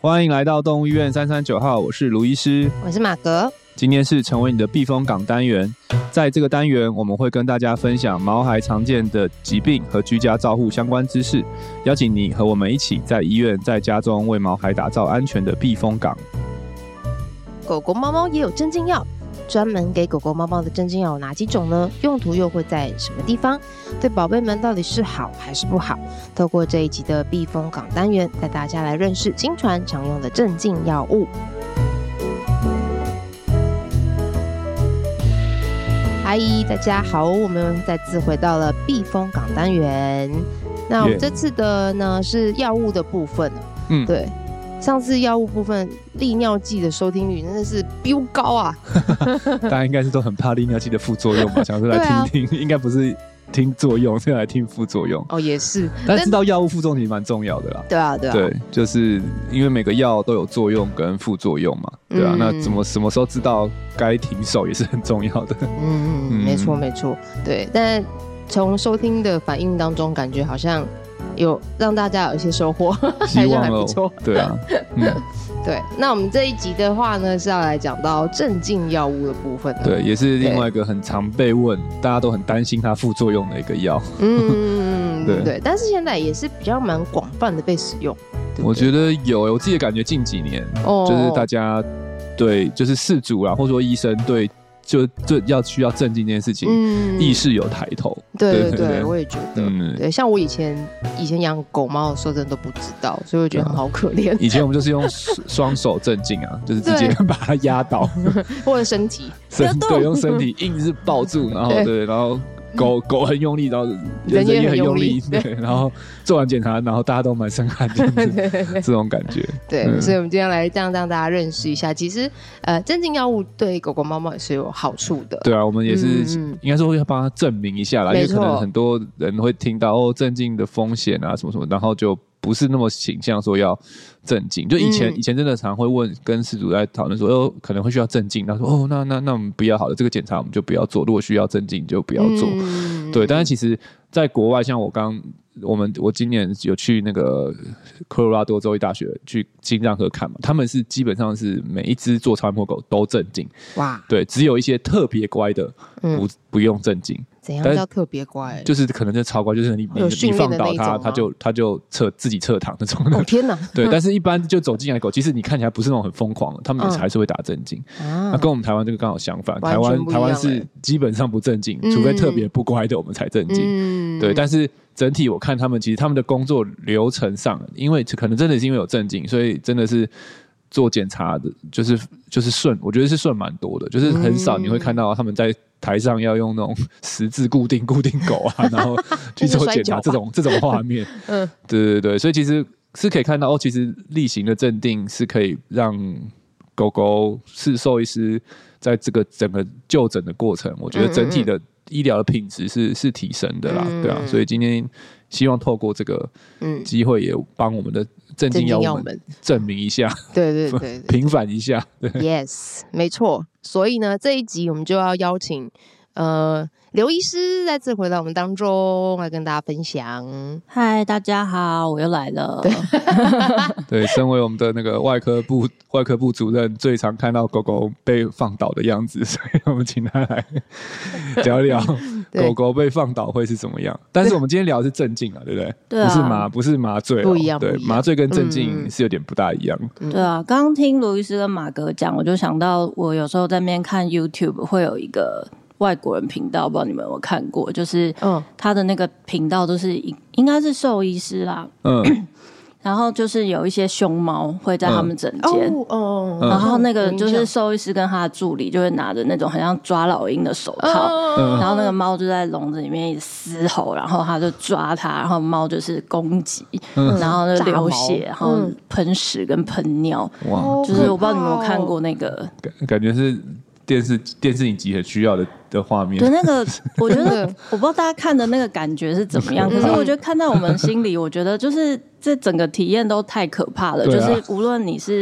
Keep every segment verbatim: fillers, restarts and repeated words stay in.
欢迎来到动物医院三三九号，我是卢医师， 我是马格。 今天是成为你的避风港单元，在这个单元我们会跟大家分享毛孩常见的疾病和居家照护相关知识，邀请你和我们一起在医院在家中为毛孩打造安全的避风港。 狗狗猫猫也有镇静药，专门给狗狗猫猫的镇静药有哪几种呢？用途又会在什么地方？对宝贝们到底是好还是不好？透过这一集的避风港单元，带大家来认识亲传常用的镇静药物。嗨，大家好，我们再次回到了避风港单元。那我们这次的呢、yeah. 是药物的部分，嗯，对。上次药物部分利尿剂的收听率真的是飙高啊！ 大家应该是都很怕利尿剂的副作用吧？想说来听听，啊、应该不是听作用，是来听副作用。 哦，也是。 但知道药物副作用其实蛮重要的啦。 对啊，对啊。 对，就是因为每个药都有作用跟副作用嘛，对啊。嗯、那怎么什么时候知道该停手也是很重要的。 嗯嗯，没错没错，对。但从收听的反应当中，感觉好像有让大家有一些收获， 希望还不错。 对啊，嗯， 对。那我们这一集的话呢，是要来讲到镇静药物的部分。 对，也是另外一个很常被问，大家都很担心它副作用的一个药。嗯， 对对。但是现在也是比较蛮广泛的被使用。对对， 我觉得有，我自己的感觉近几年，哦、就是大家对，就是饲主啦，或者说医生对。就就要需要镇静这件事情、嗯，意识有抬头。 对对 对, 对, 对，我也觉得。嗯，对，像我以前以前养狗猫的时候，真的都不知道，所以我觉得很好可怜。 以前我们就是用双手镇静啊，就是直接把它压倒， 或者身体， 身对，用身体硬是抱住，然后 对, 对，然后。狗狗很用力，然后人也很用力，对，然后做完检查，然后大家都蛮生汗这样子，对对对，这种感觉。 对、嗯，所以我们今天来这样让大家认识一下，其实呃，镇静药物对狗狗、猫猫也是有好处的。 对啊，我们也是、嗯、应该说要帮它证明一下啦，因为可能很多人会听到哦，镇静的风险啊什么什么，然后就不是那么倾向说要镇静。就以前、嗯、以前真的常会问跟饲主在讨论说，哦，可能会需要镇静，他说哦，那那那我们不要好了，这个检查我们就不要做，如果需要镇静就不要做。嗯、对，但是其实在国外，像我刚我们我今年有去那个科罗拉多州立大学去心脏科看嘛，他们是基本上是每一只做超音波狗都镇静。哇，对，只有一些特别乖的不、嗯、不用镇静。 怎样叫特别乖？ 就是可能就超乖，就是你你你放倒它，它就它就侧自己侧躺那种的。 哦天哪！ 对，但是一般就走进来的狗，其实你看起来不是那种很疯狂的，他们也还是会打镇静。嗯、那跟我们台湾这个刚好相反，台湾台湾是基本上不镇静，嗯、除非特别不乖的我们才镇静。嗯、对，但是整体我看他们其实他们的工作流程上，因为可能真的是因为有镇静，所以真的是。做检查的，就是就是顺，我觉得是顺蛮多的，就是很少你会看到他们在台上要用那种十字固定固定狗啊，然后去做检查这种这种画面。嗯，对对对，所以其实是可以看到哦，其实例行的镇定是可以让狗狗是兽医师在这个整个就诊的过程，我觉得整体的医疗的品质是是提升的啦，嗯、对啊，所以今天希望透过这个机会也帮我们的。镇静药物们证明一下， 对对 对, 对， 平反一下。 Yes， 没错。所以呢，这一集我们就要邀请呃刘医师再次回到我们当中来跟大家分享。 嗨，大家好，我又来了。 对，对，身为我们的那个外科部外科部主任，最常看到狗狗被放倒的样子，所以我们请他来聊聊狗狗被放倒会是怎么样。但是我们今天聊的是镇静啊，对不对？对啊，不是麻不是麻醉、哦， 不一样。 对，麻醉跟镇静是有点不大一样。 嗯、对啊，刚刚听卢医师跟马哥讲，我就想到我有时候在那边看 YouTube 会有一个。外国人频道，不知道你们有没有看过？就是他的那个频道都是应该是兽医师啦，嗯，然后就是有一些凶猫会在他们诊间、嗯哦哦，然后那个就是兽医师跟他的助理就会拿着那种很像抓老鹰的手套、嗯，然后那个猫就在笼子里面一直嘶吼，然后他就抓它，然后猫就是攻击，嗯、然后就流血，然后喷屎跟喷尿，哇！就是我不知道你们有没有看过那个， 感感觉是。电视电视影集很需要的的画面， 对那个，我觉得我不知道大家看的那个感觉是怎么样，可是我觉得看在我们心里，我觉得就是这整个体验都太可怕了。啊、就是无论你是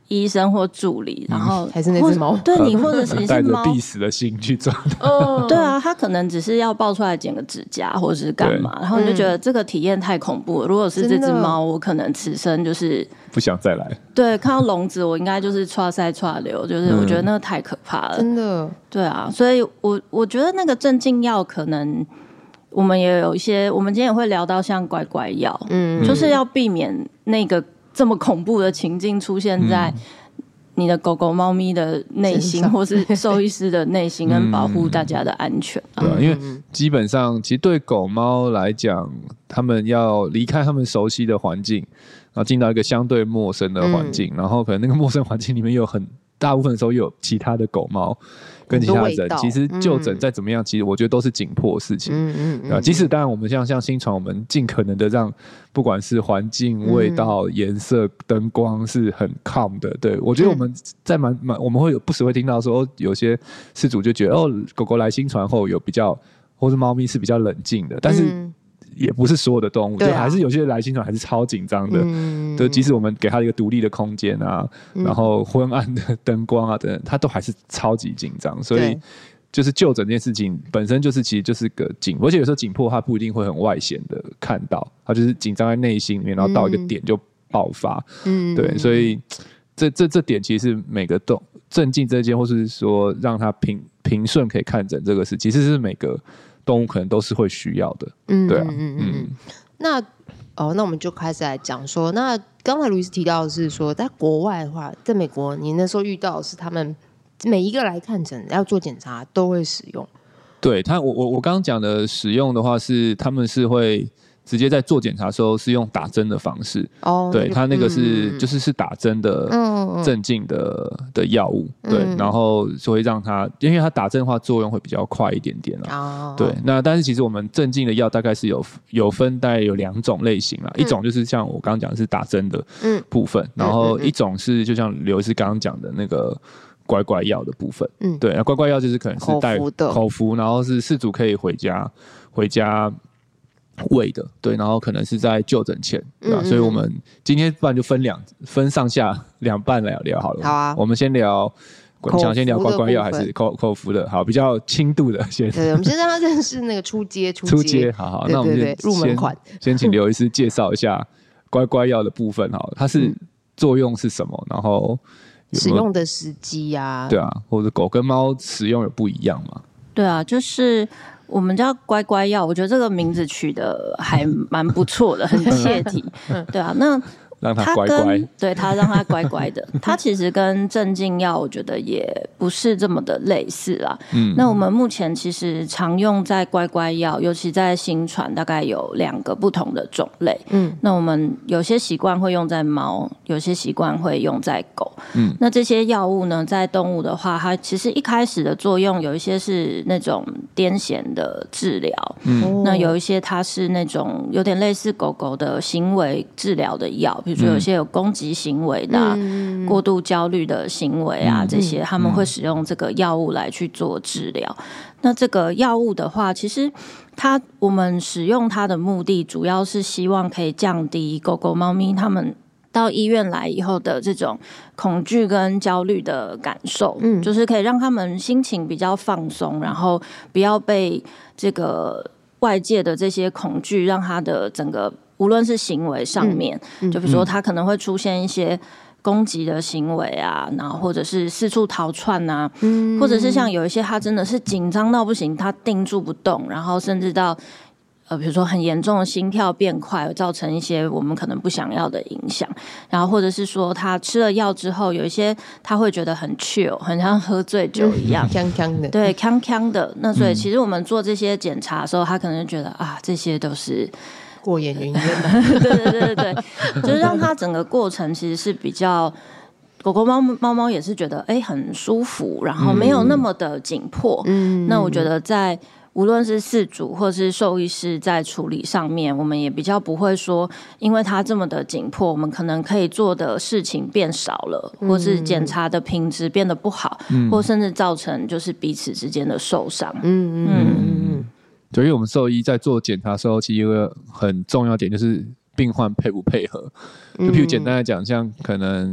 医生或助理，然后、 嗯、还是那只猫， 对你或者是你是猫， 带着必死的心去做的。 哦，对啊，他可能只是要抱出来剪个指甲或者是干嘛，然后你就觉得这个体验太恐怖了。如果是这只猫，我可能此生就是不想再来。 对，看到笼子我应该就是唰塞唰流，就是我觉得那个太可怕了， 真的。 对啊，所以我我觉得那个镇静药可能。我们也有一些，我们今天也会聊到像乖乖药，嗯，就是要避免那个这么恐怖的情境出现在你的狗狗、猫咪的内心，或是兽医师的内心，跟保护大家的安全、啊。 对、啊，因为基本上，其实对狗猫来讲，他们要离开他们熟悉的环境，然后进到一个相对陌生的环境，嗯、然后可能那个陌生环境里面有很大部分的时候又有其他的狗猫。跟其他人，其实就诊再怎么样，嗯、其实我觉得都是紧迫的事情。嗯嗯嗯、即使当然，我们像像新传，我们尽可能的让不管是环境、味道、嗯、颜色、灯光是很 calm 的。对我觉得我们在蛮蛮，我们会有不时会听到说，有些饲主就觉得哦，狗狗来新传后有比较，或是猫咪是比较冷静的，但是。嗯也不是所有的动物，啊、就还是有些来新传还是超紧张的。嗯，就即使我们给它一个独立的空间啊，嗯、然后昏暗的灯光啊等等，它都还是超级紧张。所以就是就诊这件事情本身就是其实就是个紧，而且有时候紧迫它不一定会很外显的看到，它就是紧张在内心里面，然后到一个点就爆发。嗯，对，所以这这这点其实是每个动镇静这件，或是说让它平平顺可以看诊这个事，其实是每个。动物可能都是会需要的，嗯，对啊，嗯嗯。 那哦，那我们就开始来讲说，那刚才路易斯提到的是说，在国外的话，在美国，你那时候遇到的是他们每一个来看诊要做检查都会使用。 对他，我我我刚刚讲的使用的话是，他们是会。直接在做检查的时候是用打针的方式，哦，对，它那个是、嗯、就是是打针的镇静的、嗯、的药物，对，嗯、然后所以让它，因为它打针的话作用会比较快一点点啦，哦，对，那但是其实我们镇静的药大概是有有分大概有两种类型啦，嗯、一种就是像我刚刚讲的是打针的部分，嗯、然后一种是就像刘医师刚刚讲的那个。乖乖药的部分，嗯，对，乖乖药就是可能是带口服的口服，然后是饲主可以回家回家。喂的，对，然后可能是在就诊前，对吧？嗯嗯，所以我们今天不然就分两分上下两半来聊好了。 好啊， 我们先聊，你想先聊乖乖药还是口口服的？好，比较轻度的先。 对，我们先让他认识那个初阶，初阶， 初阶，好好，那我们先入门款， 先请刘医师介绍一下乖乖药的部分，好了，它是作用是什么？然后有有使用的时机啊， 对啊，或者狗跟猫使用有不一样吗？ 对啊，就是我们叫乖乖药，我觉得这个名字取得还蛮不错的，很切题。对啊，那让它乖乖， 对它让它乖乖的。它其实跟镇静药，我觉得也不是这么的类似啦。嗯，那我们目前其实常用在乖乖药，尤其在新传，大概有两个不同的种类。嗯，那我们有些习惯会用在猫，有些习惯会用在狗。嗯，那这些药物呢，在动物的话，它其实一开始的作用有一些是那种癫痫的治疗，嗯，那有一些它是那种有点类似狗狗的行为治疗的药。比如说有些有攻击行为的、啊嗯、过度焦虑的行为啊，嗯、这些他们会使用这个药物来去做治疗。嗯、那这个药物的话，其实它我们使用它的目的，主要是希望可以降低狗狗、猫咪它们到医院来以后的这种恐惧跟焦虑的感受，嗯，就是可以让他们心情比较放松，然后不要被这个外界的这些恐惧让他的整个。无论是行为上面，嗯嗯、就比如说他可能会出现一些攻击的行为啊，然后或者是四处逃窜啊，嗯、或者是像有一些他真的是紧张到不行，他定住不动，然后甚至到呃，比如说很严重的心跳变快，造成一些我们可能不想要的影响。然后或者是说他吃了药之后，有一些他会觉得很 chill， 很像喝醉酒一样， 鏘鏘的， 对，鏘鏘的。那所以其实我们做这些检查的时候，他可能觉得啊，这些都是。 过眼云烟的， 对对对对对，就是让它整个过程其实是比较狗狗猫猫猫也是觉得哎、欸、很舒服，然后没有那么的紧迫。嗯，那我觉得在无论是饲主或是兽医师在处理上面，我们也比较不会说，因为它这么的紧迫，我们可能可以做的事情变少了，嗯、或是检查的品质变得不好，嗯、或甚至造成就是彼此之间的受伤。嗯嗯嗯嗯。对，因为我们兽医在做检查的时候，其实有一个很重要点就是病患配不配合。就譬如简单来讲，像可能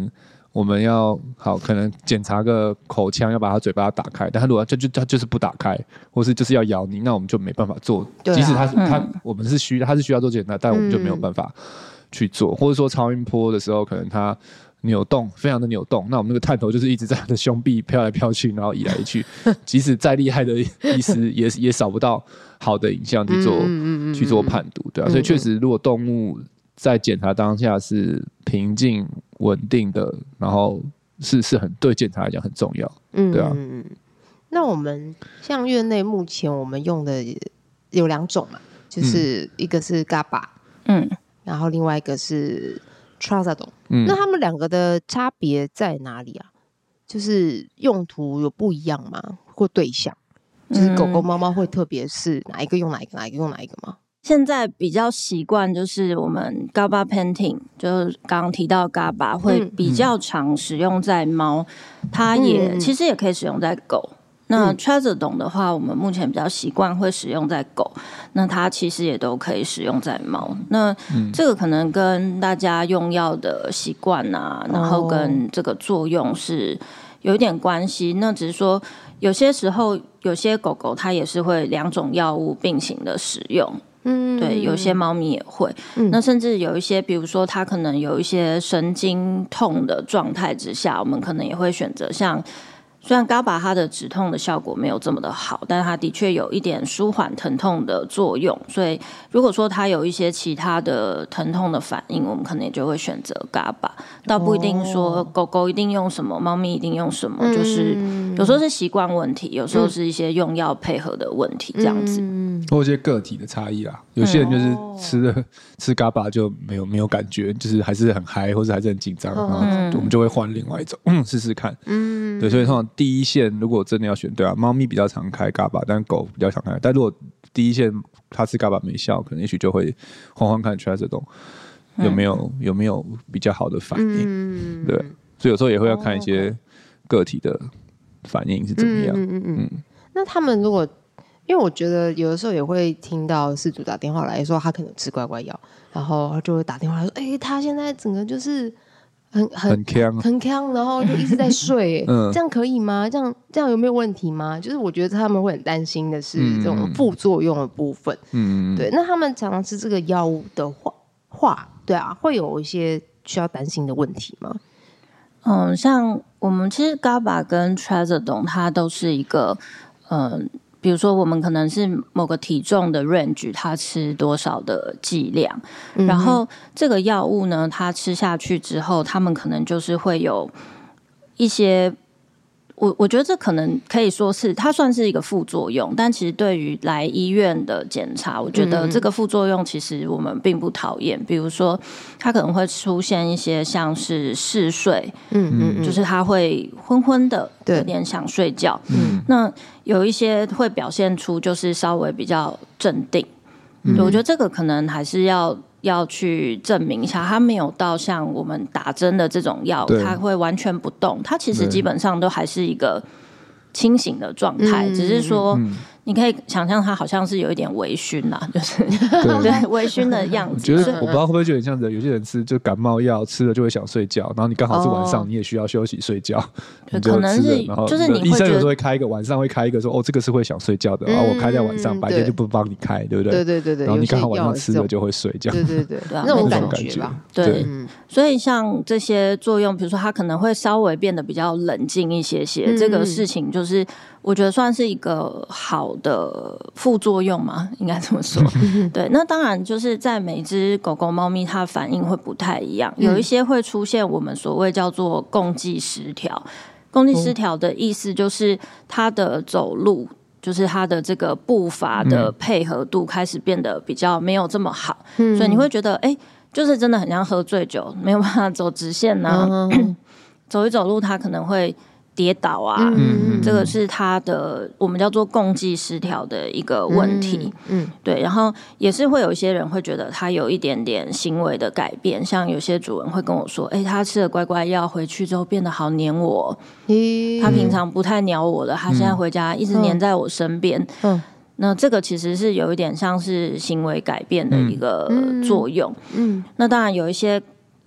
我们要好可能检查个口腔，要把他嘴巴打开，但他如果就就他就是不打开，或是就是要咬你，那我们就没办法做。啊、即使他、嗯、他我们是需他是需要做检查，但我们就没有办法去做。嗯、或者说超音波的时候，可能他扭动非常的扭动，那我们那个探头就是一直在他的胸壁飘来飘去，然后移来移去，即使再厉害的医师也也扫不到好的影像去做、嗯、去做判读，对啊，所以确实如果动物在检查当下是平静稳定的，然后是是很对检查来讲很重要，嗯，对啊。 那我们像院内目前我们用的有两种嘛，就是一个是 G A B A， 嗯，然后另外一个是 Trazodone，嗯，那他们两个的差别在哪里啊？就是用途有不一样吗？或对象，就是狗狗、猫猫会特别是哪一个用哪一个，哪一个用哪一个吗？ 现在比较习惯就是我们 Gabapentin， 就是刚刚提到 G A B A 会比较常使用在猫，嗯、它也、嗯、其实也可以使用在狗。那 Trazodone 的话，我们目前比较习惯会使用在狗，那它其实也都可以使用在猫。那这个可能跟大家用药的习惯啊，然后跟这个作用是有一点关系。那只是说有些时候有些狗狗它也是会两种药物并行的使用。嗯，对，有些猫咪也会、嗯、那甚至有一些比如说它可能有一些神经痛的状态之下，我们可能也会选择像虽然 G A B A 它的止痛的效果没有这么的好，但它的确有一点舒缓疼痛的作用，所以如果说它有一些其他的疼痛的反应，我们可能也就会选择 G A B A， 倒不一定说狗狗一定用什么，猫咪一定用什么、嗯、就是有时候是习惯问题，有时候是一些用药配合的问题这样子、 嗯、或者一些个体的差异啦，有些人就是吃了、嗯、吃 G A B A 就没有没有感觉，就是还是很嗨或者还是很紧张、嗯、然后我们就会换另外一种试试、嗯、看，嗯，对，所以通常第一线如果真的要选，对啊，猫咪比较常开 G A B A， 但狗比较常开，但如果第一线它吃 G A B A 没效，可能也许就会换换看 Trazodone 有没有、嗯、有没有比较好的反应、嗯、对，所以有时候也会要看一些个体的反应是怎么样。嗯嗯嗯嗯。那他们如果，因为我觉得有的时候也会听到饲主打电话来说他可能吃乖乖药，然后他就会打电话来说，哎、欸，他现在整个就是很很很强很强，然后就一直在睡、欸嗯，这样可以吗？这样这样有没有问题吗？就是我觉得他们会很担心的是这种副作用的部分。嗯，对。那他们常常吃这个药物的话，话对啊，会有一些需要担心的问题吗？ 嗯，像我们其实 G A B A 跟 Trazodone 它都是一个，嗯，比如说我们可能是某个体重的 range， 它吃多少的剂量、嗯，然后这个药物呢，它吃下去之后，他们可能就是会有一些。我我觉得这可能可以说是它算是一个副作用，但其实对于来医院的检查，我觉得这个副作用其实我们并不讨厌。比如说，它可能会出现一些像是嗜睡，嗯嗯，就是它会昏昏的，有点想睡觉。嗯，那有一些会表现出就是稍微比较镇定，嗯、我觉得这个可能还是要。要去证明一下，它没有到像我们打针的这种药，它会完全不动，它其实基本上都还是一个清醒的状态，只是说、嗯、你可以想象它好像是有一点微醺啦，就是对微醺的样子。 我觉得我不知道会不会就很像有些人吃就感冒药吃了就会想睡觉，然后你刚好是晚上、哦、你也需要休息睡觉， 可能是就是你医生有时候会开一个晚上会开一个说哦这个是会想睡觉的，然、嗯、后我开在晚上，白天就不帮你开，对不对？ 对对对对。 然后你刚好晚上吃了就会睡觉， 对对对，那种感觉吧。 对，对嗯、所以像这些作用，比如说它可能会稍微变得比较冷静一些些，嗯、这个事情就是我觉得算是一个好的副作用嘛，应该这么说。对，那当然就是在每只狗狗、猫咪它反应会不太一样，有一些会出现我们所谓叫做共济失调。共济失调的意思就是它的走路，就是它的这个步伐的配合度开始变得比较没有这么好，嗯、所以你会觉得，哎、欸，就是真的很像喝醉酒，没有办法走直线啊，嗯、走一走路它可能会跌倒啊，嗯、这个是它的我们叫做共济失调的一个问题。嗯，嗯对，然后也是会有一些人会觉得他有一点点行为的改变，像有些主人会跟我说，哎、欸，他吃了乖乖药回去之后变得好黏我，嗯、他平常不太鸟我了，他现在回家一直黏在我身边。嗯嗯那这个其实是有一点像是行为改变的一个作用。嗯，嗯那当然有一些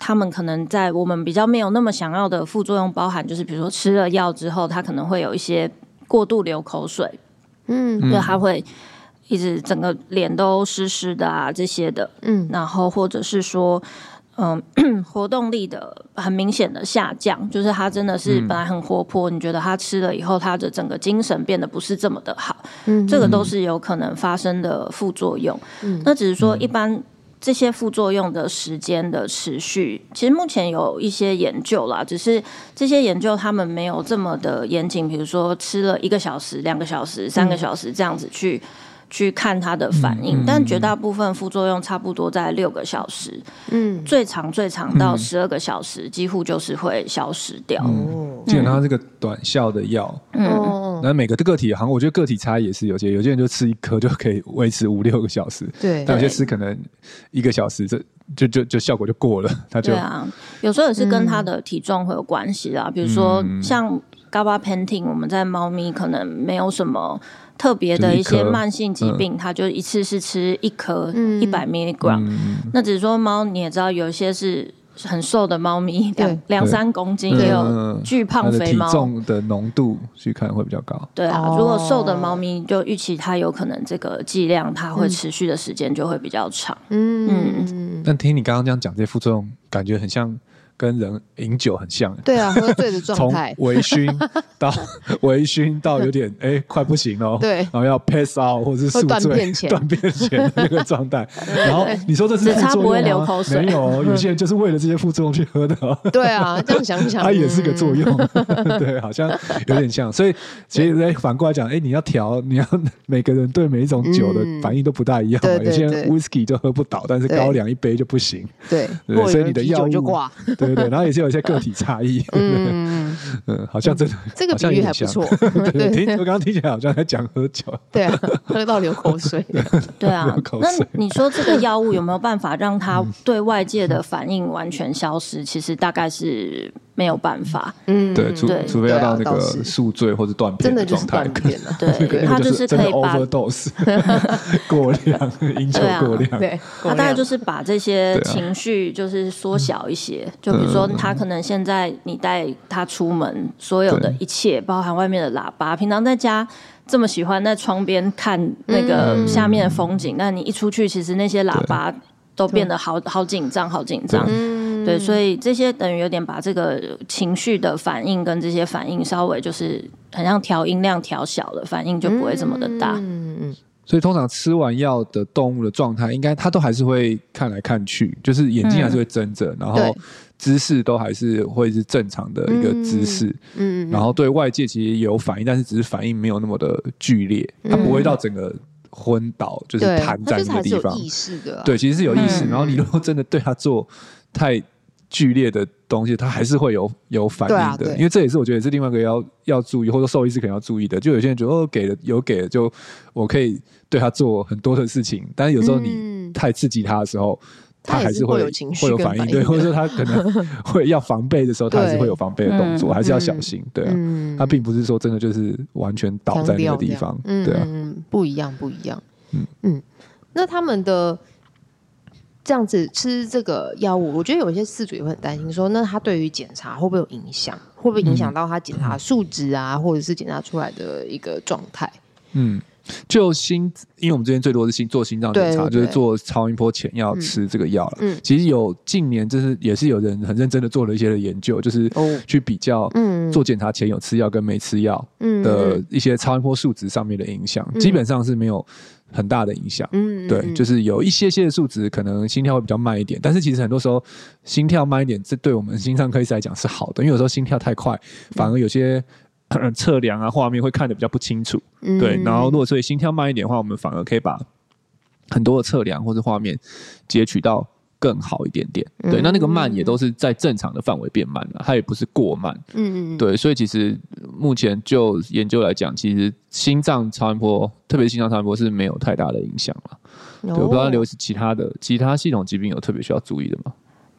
他们可能在我们比较没有那么想要的副作用，包含就是比如说吃了药之后，他可能会有一些过度流口水，嗯，就他会一直整个脸都湿湿的啊这些的，嗯，然后或者是说。嗯，活动力的很明显的下降，就是他真的是本来很活泼，嗯、你觉得他吃了以后，他的整个精神变得不是这么的好，嗯，这个都是有可能发生的副作用。嗯，那只是说一般这些副作用的时间的持续，其实目前有一些研究啦，只是这些研究他们没有这么的严谨，比如说吃了一个小时、两个小时、三个小时这样子去。去看它的反应、嗯，但绝大部分副作用差不多在六个小时，嗯，最长最长到十二个小时、嗯，几乎就是会消失掉。 嗯、基本上它这个短效的药，嗯，那每个个体好像我觉得个体差异也是有些，有些人就吃一颗就可以维持五六个小时，对，但有些吃可能一个小时这就就就效果就过了，它就对啊，有时候也是跟它的体重会有关系啦，嗯、比如说像 gabapentin， 我们在猫咪可能没有什么。特别的一些慢性疾病，它就一次是吃一颗一百 milligram，、嗯、那只是说猫你也知道，有一些是很瘦的猫咪，两两三公斤，也有巨胖肥猫， 体重的浓度去看会比较高。 对啊，哦、如果瘦的猫咪，就预期它有可能这个剂量它会持续的时间就会比较长。嗯嗯，但听你刚刚这样讲，这些副作用感觉很像。跟人饮酒很像， 对啊，喝醉的状态， 从微醺到微醺到有点哎、欸、快不行了，对，然后要 pass out 或者是宿醉、断片前的那个状态。然后你说这是副作用吗？ 只差不会流口水， 没有，有些人就是为了这些副作用去喝的。 对啊，这样想想， 它也是个作用，嗯、对，好像有点像。所以其实反过来讲，哎、欸，你要调，你要每个人对每一种酒的反应都不大一样嘛。嗯、有些人 whisky 就喝不倒，但是高粱一杯就不行。 对， 对，所以你的药物就挂。 对对，然后也是有一些个体差异，嗯嗯，好像真的， 这个比喻还不错。 对，听我刚刚听起来好像在讲喝酒， 对啊，喝到流口水， 对啊。那你说这个药物有没有办法让它对外界的反应完全消失？其实大概是没有办法， 嗯，对，除除非要到那个宿醉或者断片的状态， 对，它就是可以把 overdose 过量，饮酒过量， 对， 它大概就是把这些情绪就是缩小一些。就比如说，他可能现在你带他出门，所有的一切，包含外面的喇叭，平常在家这么喜欢在窗边看那个下面的风景，但、嗯、你一出去，其实那些喇叭都变得好好紧张，好紧张。对，所以这些等于有点把这个情绪的反应跟这些反应稍微就是很像调音量调小了，反应就不会这么的大。嗯嗯。 所以通常吃完药的动物的状态，应该它都还是会看来看去，就是眼睛还是会睁着、嗯，然后姿势都还是会是正常的一个姿势，嗯，然后对外界其实也有反应，但是只是反应没有那么的剧烈，它不会到整个昏倒，就是瘫在那个地方。 对，意识的、啊， 对，其实是有意识、嗯。然后你如果真的对它做太剧烈的东西，它还是会有有反应的、啊，因为这也是我觉得也是另外一个要要注意，或者兽医师可能要注意的。就有些人觉得哦，给了有给了，就我可以对他做很多的事情，但是有时候你太刺激他的时候，嗯、他还是会有情绪会有反应，对，或者说他可能会要防备的时候，他还是会有防备的动作，还是要小心，对啊、嗯，他并不是说真的就是完全倒在那个地方，对啊， 嗯，不一样，不一样，嗯嗯，那他们的。这样子吃这个药物，我觉得有一些饲主也会很担心说，那他对于检查会不会有影响？会不会影响到他检查数值啊、嗯，或者是检查出来的一个状态？嗯， 就心，因为我们之前最多是心做心脏检查，就是做超音波前要吃这个药了、嗯。其实有近年就是也是有人很认真的做了一些的研究，就是去比较做检查前有吃药跟没吃药的一些超音波数值上面的影响，嗯、基本上是没有。很大的影响，嗯，对，就是有一些些的数值可能心跳会比较慢一点，但是其实很多时候心跳慢一点，这对我们心脏科医师来讲是好的，因为有时候心跳太快，反而有些测量啊画面会看得比较不清楚，嗯、对，然后如果所以心跳慢一点的话，我们反而可以把很多的测量或者画面截取到更好一点点，对，嗯、那那个慢也都是在正常的范围变慢了，它也不是过慢，嗯嗯，对，所以其实目前就研究来讲，其实心脏超音波，特别是心脏超音波是没有太大的影响了，对，我不知道刘是其他的其他系统疾病有特别需要注意的吗？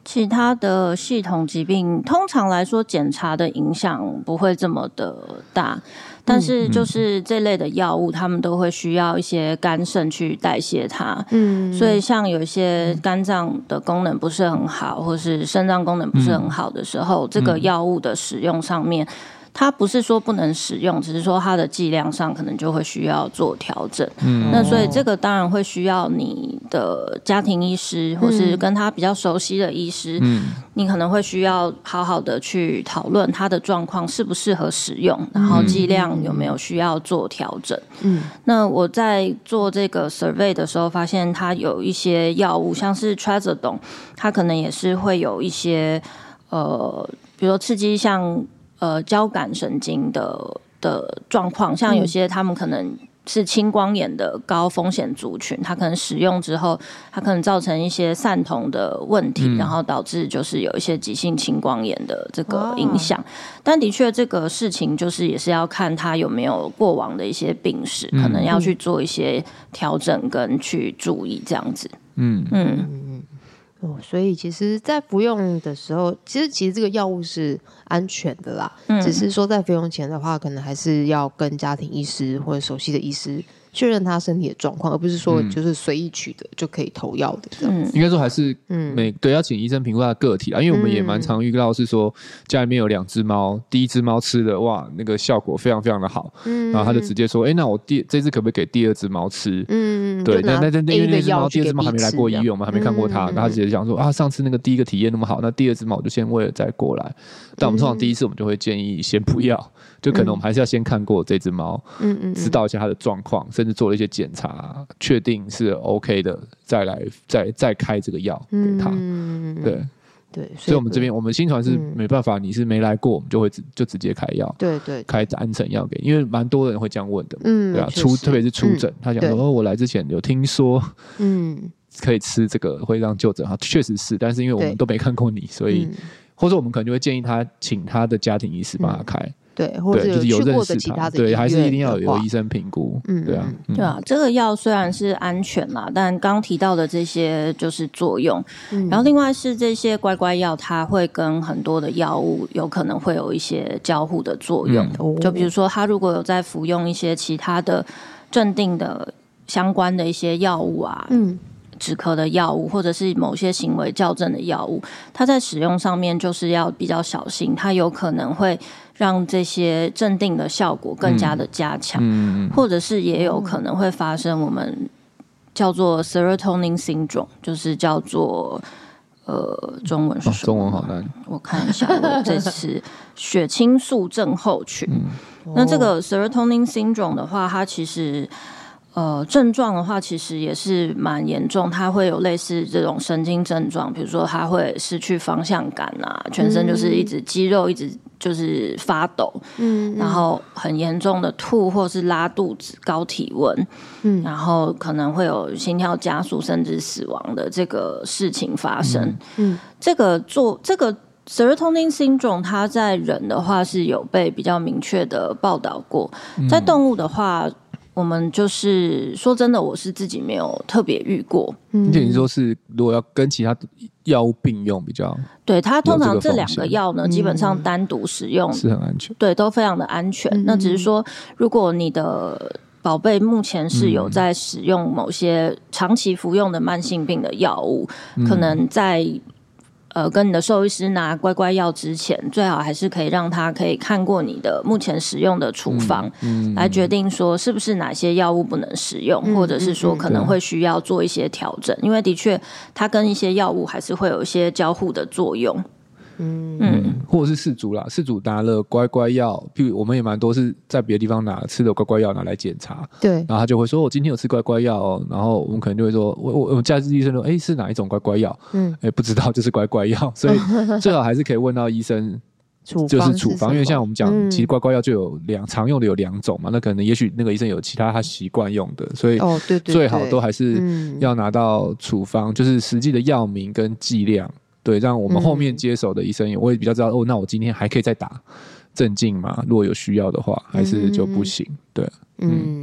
其他的系统疾病，通常来说检查的影响不会这么的大，但是就是这类的药物，他们都会需要一些肝肾去代谢它。嗯，所以像有一些肝脏的功能不是很好，或是肾脏功能不是很好的时候，嗯、这个药物的使用上面。它不是说不能使用，只是说它的剂量上可能就会需要做调整。嗯，那所以这个当然会需要你的家庭医师，或是跟他比较熟悉的医师，嗯，你可能会需要好好的去讨论他的状况适不适合使用，然后剂量有没有需要做调整。嗯，那我在做这个 survey 的时候，发现它有一些药物，像是 Trazodone， 它可能也是会有一些呃，比如说刺激像。呃，交感神经的的状况，像有些他们可能是青光眼的高风险族群，他可能使用之后，他可能造成一些散瞳的问题，嗯、然后导致就是有一些急性青光眼的这个影响。哦、但的确，这个事情就是也是要看他有没有过往的一些病史，嗯、可能要去做一些调整跟去注意这样子。嗯嗯。 嗯哦，所以其实在服用的时候，其实其实这个药物是安全的啦，嗯、只是说在服用前的话，可能还是要跟家庭医师或者熟悉的医师确认他身体的状况，而不是说就是随意取得就可以投药的这样子。 应该说还是每对要请医生评估他的个体啦，因为我们也蛮常遇到是说家里面有两只猫，第一只猫吃的哇那个效果非常非常的好，嗯、然后他就直接说，哎、欸，那我第这只可不可以给第二只猫吃？嗯，对，那那那因为那只猫第二只猫还没来过医院，我们还没看过它，然后他直接讲说啊，上次那个第一个体验那么好，那第二只猫我就先为了再过来。但我们通常第一次我们就会建议先不要，就可能我们还是要先看过这只猫，嗯嗯，知道一下它的状况，甚至做了一些检查，确定是 OK 的，再来再再开这个药给他。嗯，对对， 所以我们这边我们新传是没办法，你是没来过，我们就会就直接开药， 对对， 开安诊药给，因为蛮多人会这样问的，嗯，对啊，出特别是出诊，他讲说哦，我来之前有听说，嗯，可以吃这个会让就诊好，确实是，但是因为我们都没看过你，所以。或者我们可能就会建议他请他的家庭医师帮他开， 嗯、对，或者有去过的其他的医院， 对，还是一定要有医生评估，嗯，对啊， 嗯、对啊，这个药虽然是安全啦，但刚提到的这些就是作用，嗯、然后另外是这些乖乖药，它会跟很多的药物有可能会有一些交互的作用，嗯、就比如说他如果有在服用一些其他的镇定的相关的一些药物啊，嗯。止咳的药物，或者是某些行为校正的药物，它在使用上面就是要比较小心，它有可能会让这些镇定的效果更加的加强，嗯、或者是也有可能会发生我们叫做 serotonin syndrome， 就是叫做呃中文是什么？ 哦、中文好难， 我看一下，我这次血清素症候群。嗯、那这个 serotonin syndrome 的话，它其实。呃，症状的话，其实也是蛮严重，它会有类似这种神经症状，比如说它会失去方向感啊，全身就是一直肌肉一直就是发抖，嗯，然后很严重的吐或是拉肚子、高体温，嗯，然后可能会有心跳加速甚至死亡的这个事情发生。嗯，嗯这个做这个 serotonin syndrome， 它在人的话是有被比较明确的报道过，在动物的话。我们就是说真的，我是自己没有特别遇过。 嗯，你说是如果要跟其他药物并用比较， 对它通常这两个药呢，基本上单独使用是很安全， 对，都非常的安全。嗯、那只是说，如果你的宝贝目前是有在使用某些长期服用的慢性病的药物，嗯、可能在。呃，跟你的兽医师拿乖乖药之前，最好还是可以让他可以看过你的目前使用的处方，嗯嗯、来决定说是不是哪些药物不能使用，嗯、或者是说可能会需要做一些调整，嗯、因为的确它跟一些药物还是会有一些交互的作用。 嗯嗯，或者是饲主啦，饲主拿了乖乖药，譬如我们也蛮多是在别的地方拿吃的乖乖药拿来检查， 对， 然后他就会说我今天有吃乖乖药哦，然后我们可能就会说，我我我家医生说，哎，是哪一种乖乖药？嗯，哎，不知道就是乖乖药，所以最好还是可以问到医生。就是处方，因为像我们讲，嗯、其实乖乖药就有两常用的有两种嘛，那可能也许那个医生有其他他习惯用的，所以最好都还是要拿到处方，嗯、就是实际的药名跟剂量。对，让我们后面接手的医生也会比较知道，嗯、哦，那我今天还可以再打镇静吗？如果有需要的话，还是就不行。对， 嗯，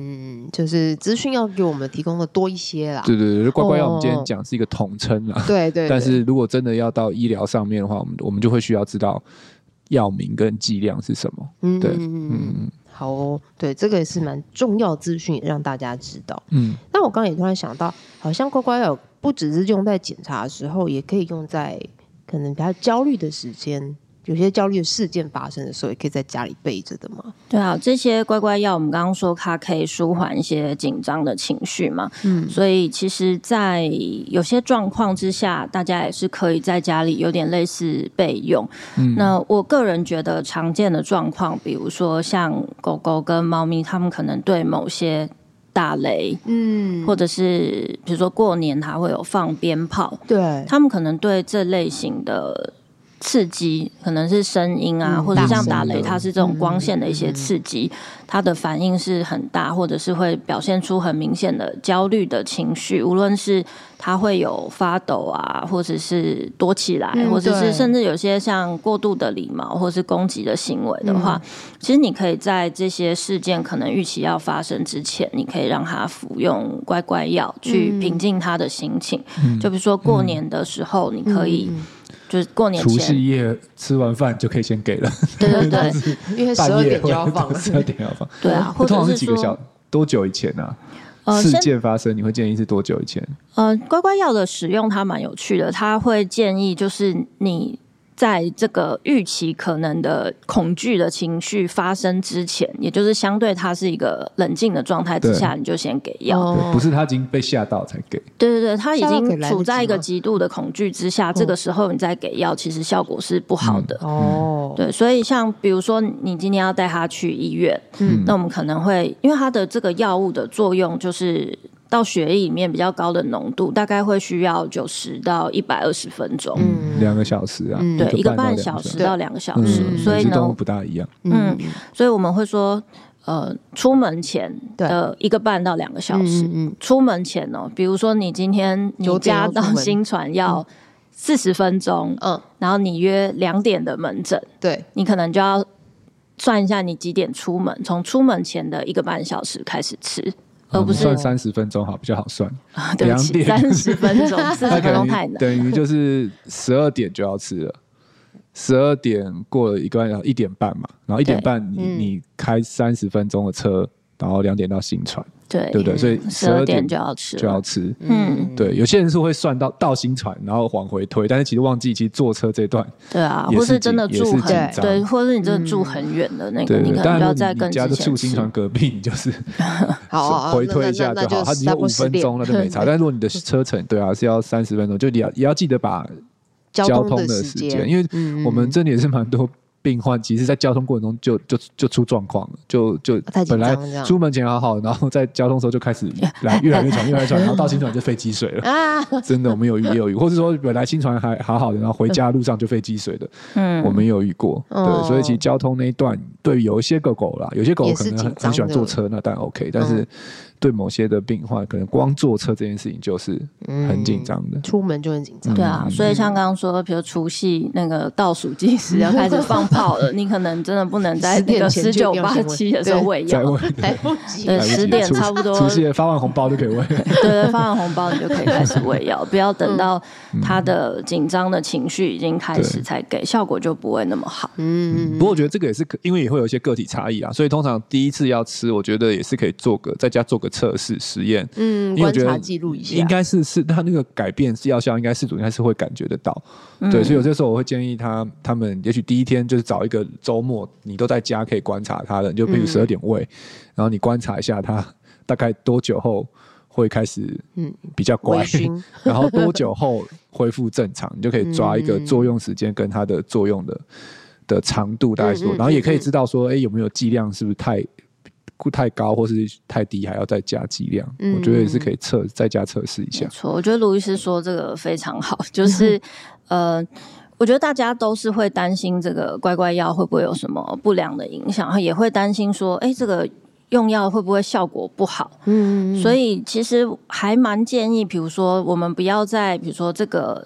就是资讯要给我们提供的多一些啦。 对对对，乖乖药我们今天讲是一个统称啦。 对 对, 对。 但是如果真的要到医疗上面的话，我们我们就会需要知道药名跟剂量是什么。嗯，对，嗯， 好哦，对，这个也是蛮重要的资讯，也让大家知道。 嗯， 那我刚刚也突然想到，好像乖乖药不只是用在检查的时候，也可以用在可能比较焦虑的时间。有些焦虑的事件发生的时候，也可以在家里备着的吗？ 对啊，这些乖乖药我们刚刚说它可以舒缓一些紧张的情绪嘛，嗯，所以其实在有些状况之下，大家也是可以在家里有点类似备用。嗯，那我个人觉得常见的状况，比如说像狗狗跟猫咪，它们可能对某些打雷，嗯，或者是比如说过年它会有放鞭炮， 对， 他们可能对这类型的刺激，可能是声音啊，嗯、或者像打雷，它是这种光线的一些刺激，嗯、它的反应是很大，或者是会表现出很明显的焦虑的情绪，无论是它会有发抖啊，或者是躲起来，嗯、或者是甚至有些像过度的礼貌或是攻击的行为的话，嗯、其实你可以在这些事件可能预期要发生之前，你可以让他服用乖乖药去平静他的心情。嗯、就比如说过年的时候，你可以。嗯就是过年前， 除夕夜吃完饭就可以先给了。 对对对， 因为十二点就要放， 十二点要放。 对啊，或者是说通常是几个小多久以前啊？呃、事件发生，你会建议是多久以前？ 呃，乖乖药的使用它蛮有趣的，它会建议就是你在这个预期可能的恐惧的情绪发生之前，也就是相对它是一个冷静的状态之下，你就先给药， 不是他已经被吓到才给。 对对对，他已经处在一个极度的恐惧之下，这个时候你再给药，其实效果是不好的。哦、嗯，对，所以像比如说你今天要带他去医院，嗯，那我们可能会因为他的这个药物的作用就是到血液里面比较高的浓度，大概会需要九十到一百二十分钟， 嗯，两个小时啊， 嗯、对，一个半小时到两个小时，嗯、所以呢， 不大一样， 嗯，所以我们会说，呃，出门前的一个半到两个小时，嗯嗯、出门前哦，比如说你今天你家到新传要四十分钟，嗯，然后你约两点的门诊， 对， 你可能就要算一下你几点出门，从出门前的一个半小时开始吃。而不是算三十分钟好，比较好算。 啊、对不起，三十分钟，四十分钟太难。 等于就是十二点就要吃了，十二点过了一个半小时，一点半嘛，然后一点半你、嗯、你开三十分钟的车，然后两点到新传。 对， 对不对？所以十二点就要吃， 就要吃。嗯，对，有些人是会算到到新传，然后往回推，但是其实忘记，其实坐车这段， 对啊，或是真的住很对，或是你真的住很远的那个， 嗯、 你可能就要再更之前吃。 你家就住新传隔壁，你就是好回推一下就好，它只有五分钟，那就没差。但如果你的车程，对啊，是要三十分钟，就你要也要记得把交通的时间，因为我们这里也是蛮多。病患其实在交通过程中就就就出状况了，就就本来出门前好好，然后在交通的时候就开始来越来越喘，越来越喘，然后到新传就肺积水了。啊、真的，我们有遇也有遇，或者说本来新传还好好的，然后回家路上就肺积水的，嗯，我们也有遇过。对，哦、所以其实交通那一段，对于有一些狗狗啦，有些狗狗可能 很, 很喜欢坐车，那当然 OK， 但是。嗯对某些的病患，可能光坐车这件事情就是很紧张的、 嗯，出门就很紧张。 对啊，所以像刚刚说，比如除夕那个倒数计时要开始放炮了，你可能真的不能在那个十九八七的时候喂药， 来不及， 对，十点差不多， 除夕发完红包就可以喂。 对对，发完红包你就可以开始喂药，不要等到他的紧张的情绪已经开始才给，效果就不会那么好。 嗯，不过我觉得这个也是因为也会有一些个体差异啊，所以通常第一次要吃，我觉得也是可以做个在家做个。测试实验， 嗯，观察记录一下， 应该是是他那个改变是药效，应该事主应该是会感觉得到，嗯、对，所以有些时候我会建议他，他们也许第一天就是找一个周末，你都在家可以观察他的，你就比如十二点喂，嗯、然后你观察一下他大概多久后会开始嗯比较乖，嗯、然后多久后恢复正常，你就可以抓一个作用时间跟它的作用的的长度大概是多，嗯、然后也可以知道说，哎，有没有剂量是不是太。太高或是太低，还要再加剂量，嗯、我觉得也是可以测再加测试一下。 没错，我觉得卢医师说这个非常好，就是呃，我觉得大家都是会担心这个乖乖药会不会有什么不良的影响，也会担心说，哎，这个用药会不会效果不好？嗯，所以其实还蛮建议，比如说我们不要在比如说这个。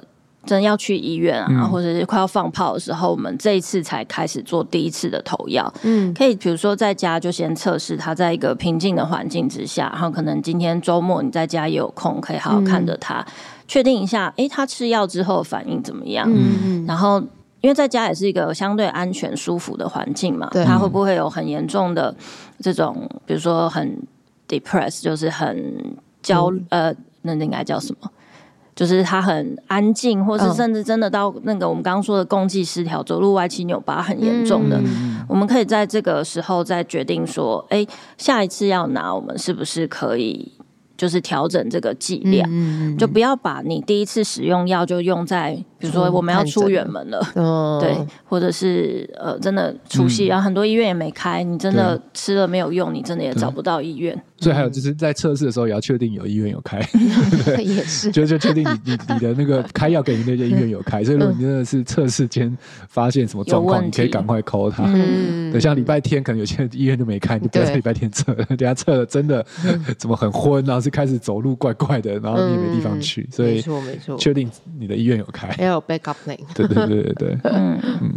真要去医院啊、 嗯， 或者是快要放炮的时候，我们这一次才开始做第一次的投药。嗯，可以比如说在家就先测试它在一个平静的环境之下，然后可能今天周末你在家也有空，可以好好看着它，确、嗯、定一下，哎，它吃药之后反应怎么样？嗯，然后因为在家也是一个相对安全舒服的环境嘛，它会不会有很严重的这种，比如说很 depressed， 就是很焦、嗯、呃，那应该叫什么？就是他很安静，或是甚至真的到那个我们刚刚说的共济失调、走路歪七扭八很严重的、嗯，我们可以在这个时候再决定说，哎，下一次要拿，我们是不是可以就是调整这个剂量、嗯，就不要把你第一次使用药就用在，比如说我们要出远门了，嗯、对，或者是呃真的除夕，然后很多医院也没开，你真的吃了没有用，你真的也找不到医院。 所以还有就是在测试的时候也要确定有医院有开， 也是， 就就确定你你你的那个开药给你那间医院有开，所以如果你真的是测试间发现什么状况，你可以赶快 call 他。嗯，对，像礼拜天可能有些医院就没开，你不要在礼拜天测，等下测了真的怎么很昏，然后是开始走路怪怪的，然后你也没地方去，嗯、所以没错没错，确定你的医院有开， 要有 backup plan。 对对对对对，嗯嗯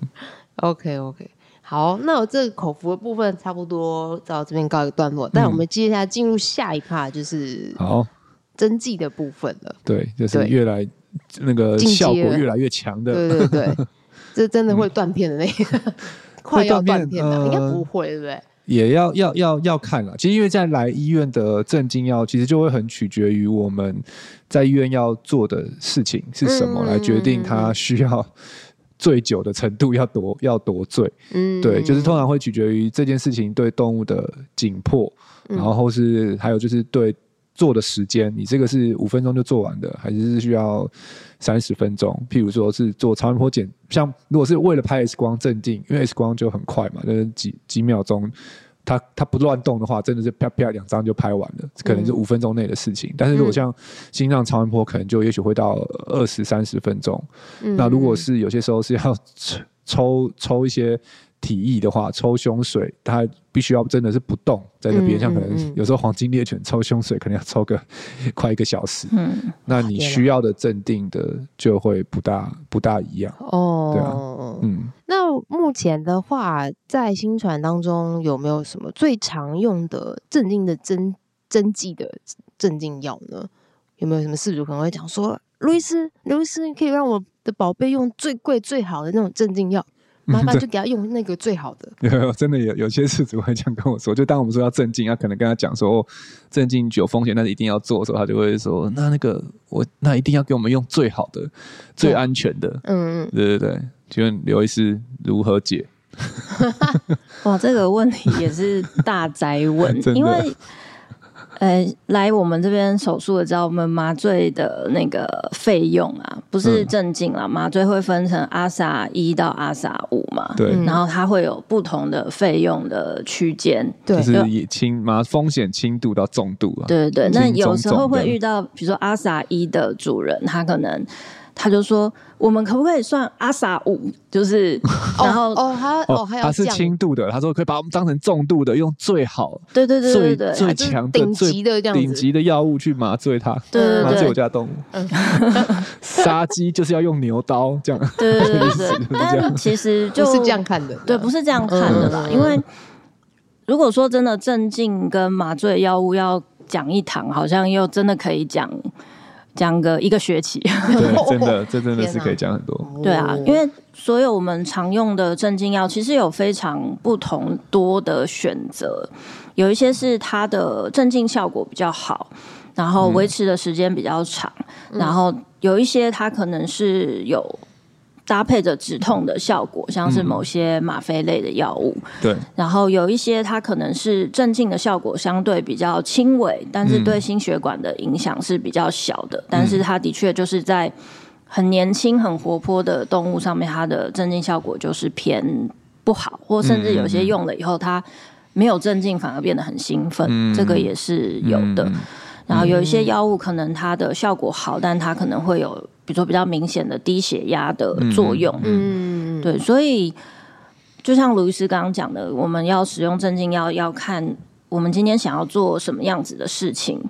，OK OK。好，那我这个口服的部分差不多到这边告一个段落，但我们接下来进入下一 part 就是好针剂的部分了。 对，就是越来那个效果越来越强的。 对对对，这真的会断片的那个，嗯、快要断片的、呃，应该不会，对不对？ 也要要要要看啦。其实因为在来医院的镇静药，其实就会很取决于我们在医院要做的事情是什么，嗯、来决定它需要醉酒的程度要多要多醉，嗯，对，就是通常会取决于这件事情对动物的紧迫，嗯、然后或是还有就是对做的时间，你这个是五分钟就做完的，还是需要三十分钟？譬如说是做超音波检，像如果是为了拍 X 光镇定，因为 X 光就很快嘛，就是几几秒钟。它, 它不乱动的话，真的是啪啪两张就拍完了，可能是五分钟内的事情。嗯、但是如果像心脏超音波，可能就也许会到二十三十分钟。嗯、那如果是有些时候是要抽抽一些体液的话，抽胸水，它必须要真的是不动在那边、嗯。像可能有时候黄金猎犬抽胸水，可能要抽个快一个小时。嗯，那你需要的镇定的就会不大不大一样。哦，对啊， 嗯。那目前的话，在新传当中有没有什么最常用的镇静的针针剂的镇静药呢？有没有什么饲主可能会讲说，卢医师，卢医师，你可以让我的宝贝用最贵最好的那种镇静药，麻烦就给他用那个最好的。 有真的有有些饲主会这样跟我说，就当我们说要镇静，他可能跟他讲说镇静有风险，但是一定要做的时候，他就会说，那那个我那一定要给我们用最好的、最安全的。嗯嗯，对对对。请问刘医师如何解？ 哇，这个问题也是大哉问，因为呃，来我们这边手术的知道，我们麻醉的那个费用啊，不是镇静啦、嗯，麻醉会分成阿S A一到阿S A五嘛， 对， 然后它会有不同的费用的区间， 对，就是以轻麻风险轻度到重度啊， 对对对，那有时候会遇到，比如说阿S A一的主人，他可能。他就说：“我们可不可以算阿S A五？就是，然后哦，他哦，还有他是轻度的，他说可以把我们当成重度的，用最好， 对对对对对， 最强的、 顶级的这样子， 顶级的药物去麻醉它， 对对对， 麻醉我家动物。嗯、杀鸡就是要用牛刀，这样， 对对对对。但其实就不是这样看的， 对，不是这样看的啦。嗯、因为如果说真的镇静跟麻醉药物要讲一堂，好像又真的可以讲。”讲个一个学期， 对，真的，这真的是可以讲很多。 对啊，因为所有我们常用的镇静药，其实有非常不同多的选择。有一些是它的镇静效果比较好，然后维持的时间比较长，嗯、然后有一些它可能是有搭配着止痛的效果，像是某些吗啡类的药物。 对、嗯， 然后有一些它可能是镇静的效果相对比较轻微，但是对心血管的影响是比较小的。嗯、但是它的确就是在很年轻、很活泼的动物上面，它的镇静效果就是偏不好，或甚至有些用了以后，它没有镇静，反而变得很兴奋，嗯、这个也是有的。嗯、然后有一些药物可能它的效果好，但它可能会有。比如说比较明显的低血压的作用，嗯，对，所以就像卢医师刚刚讲的，我们要使用镇静药，要看我们今天想要做什么样子的事情，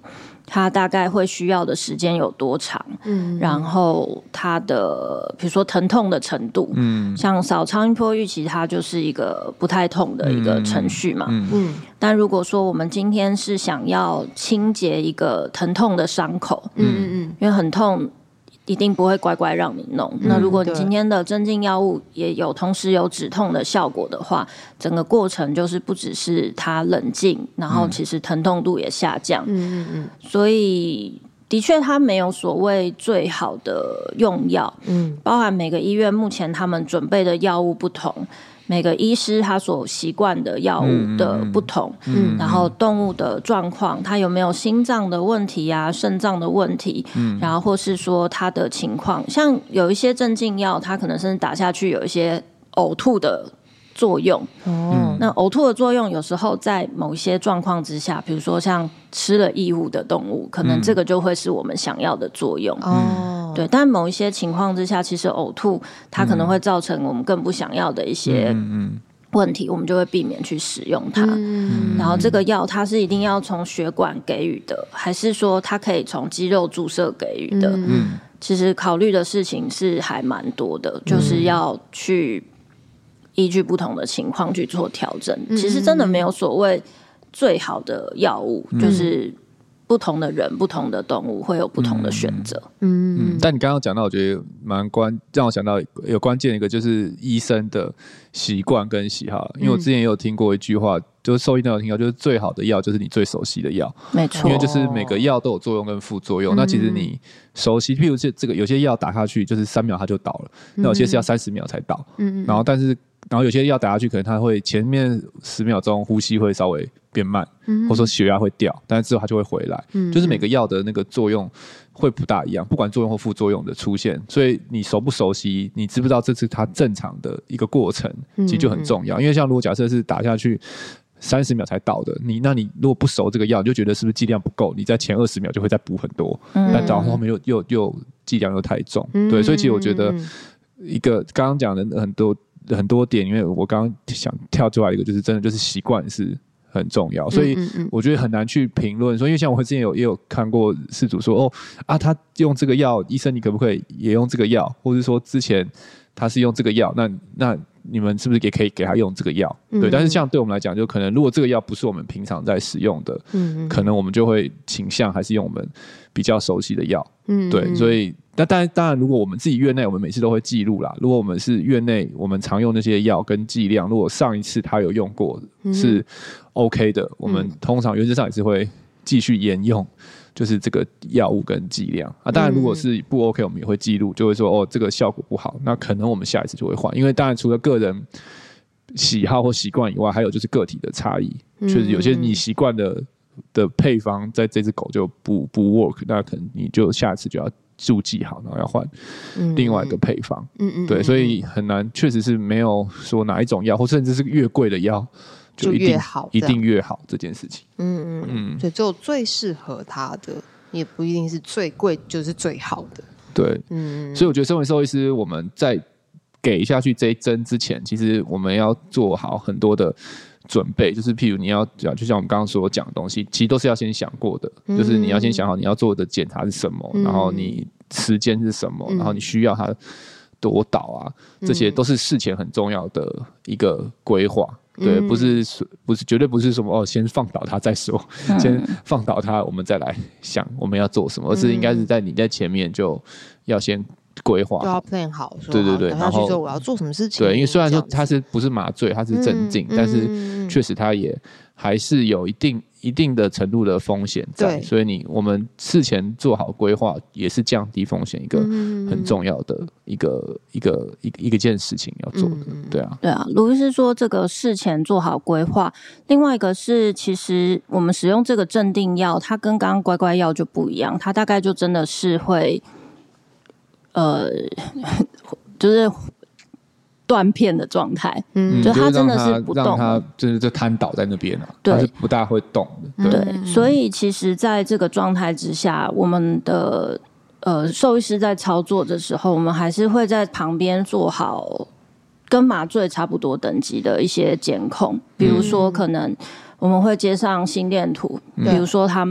它大概会需要的时间有多长，嗯，然后它的比如说疼痛的程度，嗯，像扫超音波浴其实它就是一个不太痛的一个程序嘛，嗯，嗯，但如果说我们今天是想要清洁一个疼痛的伤口，嗯嗯，因为很痛一定不会乖乖让你弄，嗯，那如果你今天的镇静药物也有同时有止痛的效果的话，整个过程就是不只是它冷静，然后其实疼痛度也下降，嗯嗯嗯，所以的确它没有所谓最好的用药，嗯，包含每个医院目前他们准备的药物不同，每个医师他所习惯的药物的不同，嗯，然后动物的状况，他有没有心脏的问题啊、肾脏的问题，嗯，然后或是说他的情况，像有一些镇静药，它可能甚至打下去有一些呕吐的作用，哦，那呕吐的作用有时候在某一些状况之下，比如说像吃了异物的动物，可能这个就会是我们想要的作用，哦，对，但某一些情况之下，其实呕吐它可能会造成我们更不想要的一些问题，我们就会避免去使用它，嗯，然后这个药它是一定要从血管给予的，还是说它可以从肌肉注射给予的，嗯，其实考虑的事情是还蛮多的，就是要去依据不同的情况去做调整，嗯，其实真的没有所谓最好的药物，嗯，就是不同的人不同的动物会有不同的选择， 嗯嗯，但你刚刚讲到我觉得蛮关，让我想到有关键一个就是医生的习惯跟喜好，因为我之前也有听过一句话，就是兽医都有听到，就是最好的药就是你最熟悉的药， 没错， 因为就是每个药都有作用跟副作用，嗯，那其实你熟悉，譬如这个有些药打下去就是三秒它就倒了，嗯，那有些是要三十秒才倒，嗯，然后但是然后有些药打下去可能它会前面十秒钟呼吸会稍微变慢，嗯，或者说血压会掉，但是之后它就会回来，嗯，就是每个药的那个作用会不大一样，不管作用或副作用的出现，所以你熟不熟悉，你知不知道这是它正常的一个过程，其实就很重要，嗯，因为像如果假设是打下去三十秒才到的，你那你如果不熟这个药，你就觉得是不是剂量不够，你在前二十秒就会再补很多，嗯，但到后面又又又剂量又太重，嗯，对，所以其实我觉得一个刚刚讲的很多很多点，因为我刚刚想跳出来一个，就是真的就是习惯是很重要，所以我觉得很难去评论说，因为像我之前有也有看过饲主说，哦啊，他用这个药，医生你可不可以也用这个药，或者说之前他是用这个药，那那你们是不是也可以给他用这个药？嗯，对，但是像对我们来讲，就可能如果这个药不是我们平常在使用的，嗯，可能我们就会倾向还是用我们比较熟悉的药，嗯，对，所以。那当然，当然，如果我们自己院内，我们每次都会记录啦。如果我们是院内，我们常用那些药跟剂量，如果上一次他有用过是 OK 的，嗯，我们通常原则上也是会继续沿用，就是这个药物跟剂量啊。当然，如果是不 OK，我们也会记录，就会说哦，这个效果不好，那可能我们下一次就会换。因为当然，除了个人喜好或习惯以外，还有就是个体的差异，确实有些你习惯的的配方在这只狗就不不 work， 那可能你就下次就要注记好，然后要换另外一个配方，嗯嗯，对，所以很难，确实是没有说哪一种药，或甚至是越贵的药就一定就越好， 一定越好这件事情， 嗯嗯嗯，所以只有最适合它的，也不一定是最贵就是最好的， 对，嗯，所以我觉得身为兽医师，我们在给下去这一针之前，其实我们要做好很多的准备，就是譬如你要讲，就像我们刚刚所讲的东西，其实都是要先想过的，嗯，就是你要先想好你要做的检查是什么，嗯，然后你时间是什么，嗯，然后你需要它多导啊，这些都是事前很重要的一个规划，嗯，对，不是不是绝对不是什么哦，先放倒它再说，嗯，先放倒它，我们再来想我们要做什么，而是应该是在你在前面就要先规划， 就要 plan 好， 对对对， 然后去说我要做什么事情。 对，因为虽然说它是不是麻醉，它是镇静，嗯，但是确实它也还是有一定一定的程度的风险在，所以你我们事前做好规划，也是降低风险一个很重要的一个一个一个一个件事情要做的，嗯，对啊， 对啊。卢医师说这个事前做好规划，另外一个是其实我们使用这个镇定药，它跟刚刚乖乖药就不一样，它大概就真的是会。呃，就是断片的状态，嗯，就它真的是不动， 让它就是就瘫倒在那边了，它是不大会动的， 对，对，所以其实在这个状态之下，我们的呃兽医师在操作的时候，我们还是会在旁边做好跟麻醉差不多等级的一些监控，比如说可能我们会接上心电图，比如说他们。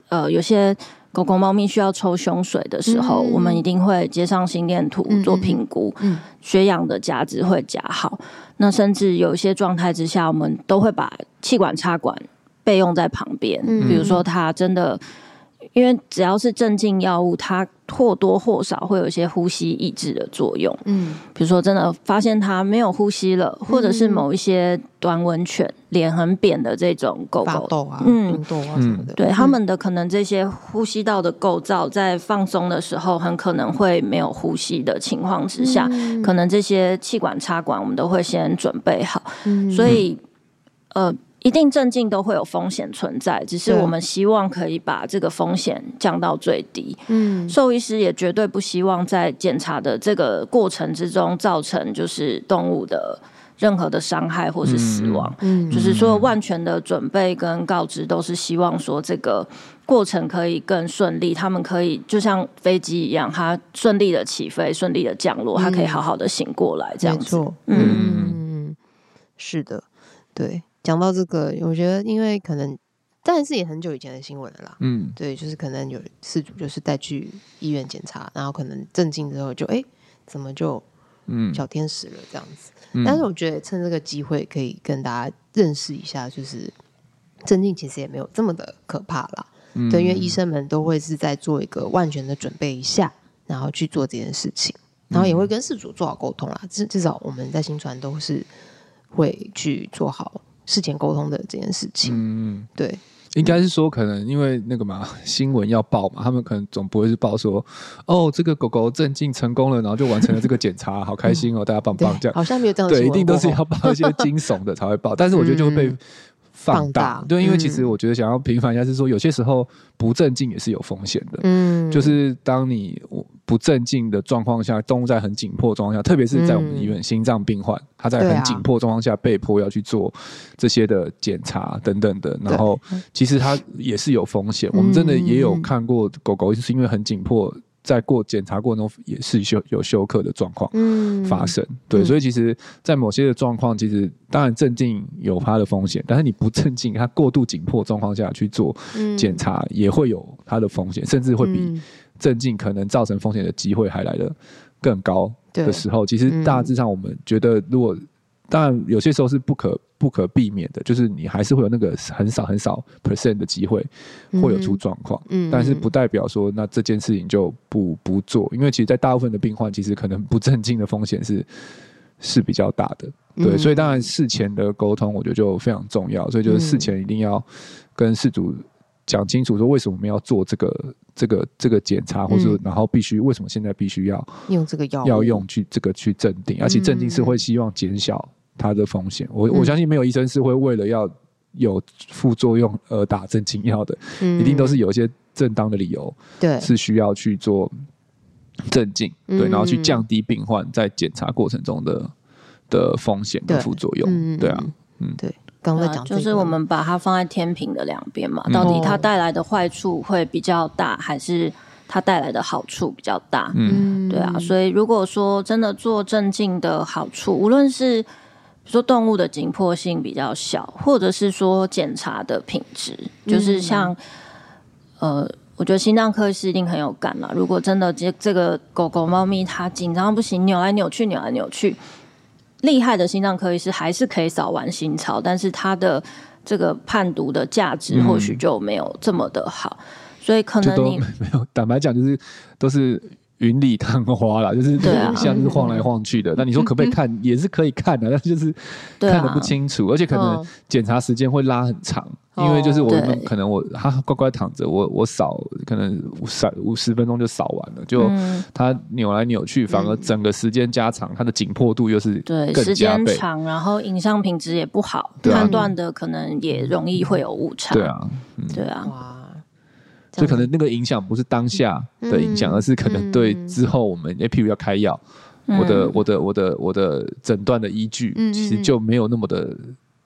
呃有些狗狗猫咪需要抽胸水的时候、嗯、我们一定会接上心电图做评估、嗯嗯、血氧的夹值会夹好，那甚至有一些状态之下我们都会把气管插管备用在旁边、嗯、比如说它真的因为只要是镇静药物它或多或少会有一些呼吸抑制的作用，嗯，比如说真的发现它没有呼吸了、嗯、或者是某一些短吻犬脸很扁的这种狗狗发抖啊嗯病痘啊什么的、嗯、 对他们的可能这些呼吸道的构造在放松的时候很可能会没有呼吸的情况之下、嗯、可能这些气管插管我们都会先准备好、嗯、所以呃一定镇静都会有风险存在，只是我们希望可以把这个风险降到最低。嗯，兽医师也绝对不希望在检查的这个过程之中造成就是动物的任何的伤害或是死亡。嗯，就是所有万全的准备跟告知都是希望说这个过程可以更顺利，他们可以就像飞机一样，它顺利的起飞，顺利的降落，它可以好好的醒过来，这样子。 嗯，嗯是的，对。讲到这个我觉得因为可能当然是也很久以前的新闻了啦，嗯，对，就是可能有饲主就是带去医院检查，然后可能镇静之后就哎怎么就小天使了这样子、嗯、但是我觉得趁这个机会可以跟大家认识一下，就是镇静其实也没有这么的可怕啦、嗯、对，因为医生们都会是在做一个万全的准备一下然后去做这件事情，然后也会跟饲主做好沟通啦，至至少我们在新传都是会去做好事前沟通的这件事情，嗯，对， 应该是说可能因为那个嘛新闻要报嘛，他们可能总不会是报说哦这个狗狗镇静成功了，然后就完成了这个检查，好开心哦，大家棒棒这样， 好像没有这样的新闻， 对，一定都是要报一些惊悚的才会报，但是我觉得就会被放大，对，因为其实我觉得想要平反一下是说有些时候不镇静也是有风险的，嗯，就是当你不镇静的状况下，动物在很紧迫的状况下，特别是在我们医院、嗯、心脏病患他在很紧迫的状况下被迫要去做这些的检查等等的，然后其实它也是有风险、嗯、我们真的也有看过狗狗就是因为很紧迫在过检查过程中也是有休克的状况发生、嗯、对、嗯、所以其实在某些的状况其实当然镇静有它的风险，但是你不镇静它过度紧迫状况下去做检查也会有它的风险、嗯、甚至会比镇静可能造成风险的机会还来得更高的时候，其实大致上我们觉得如果当然有些时候是不可不可避免的，就是你还是会有那个很少很少 percent 的机会会有出状况、嗯、但是不代表说那这件事情就不不做，因为其实在大部分的病患其实可能不镇静的风险是是比较大的，对、嗯、所以当然事前的沟通我觉得就非常重要，所以就是事前一定要跟饲主讲清楚说为什么我们要做这个这个这个检查，或者、嗯、然后必须为什么现在必须要用这个药要用去这个去镇定，而且镇定是会希望减小它的风险、嗯、我我相信没有医生是会为了要有副作用而打镇静药的、嗯、一定都是有一些正当的理由，对，是需要去做镇静、嗯、对，然后去降低病患在检查过程中的的风险跟副作用， 对, 对啊， 嗯，对。刚才讲、 啊、就是我们把它放在天平的两边嘛、嗯、到底它带来的坏处会比较大还是它带来的好处比较大，嗯，对啊，所以如果说真的做镇静的好处，无论是比如说动物的紧迫性比较小，或者是说检查的品质，就是像、嗯、呃我觉得心脏科医师一定很有感啦，如果真的这这个狗狗猫咪它紧张不行，扭来扭去扭来扭去，厉害的心脏科医师还是可以扫完心操，但是他的这个判读的价值或许就没有这么的好、嗯、所以可能你没有，坦白讲就是都是云里探花啦，就是像是晃来晃去的、啊、那你说可不可以看、嗯、也是可以看的，但就是看得不清楚、啊、而且可能检查时间会拉很长、嗯、因为就是我们可能我他乖乖躺着，我我扫可能五十分钟就扫完了，就他扭来扭去、嗯、反而整个时间加长，他的紧迫度又是更加倍， 对，时间长，然后影像品质也不好、啊、判断的可能也容易会有误差， 对啊、嗯、对啊，哇，所以可能那个影响不是当下的影响、嗯、而是可能对之后我们、嗯、譬如要开药、嗯、我的我的我的我的诊断的依据、嗯、其实就没有那么的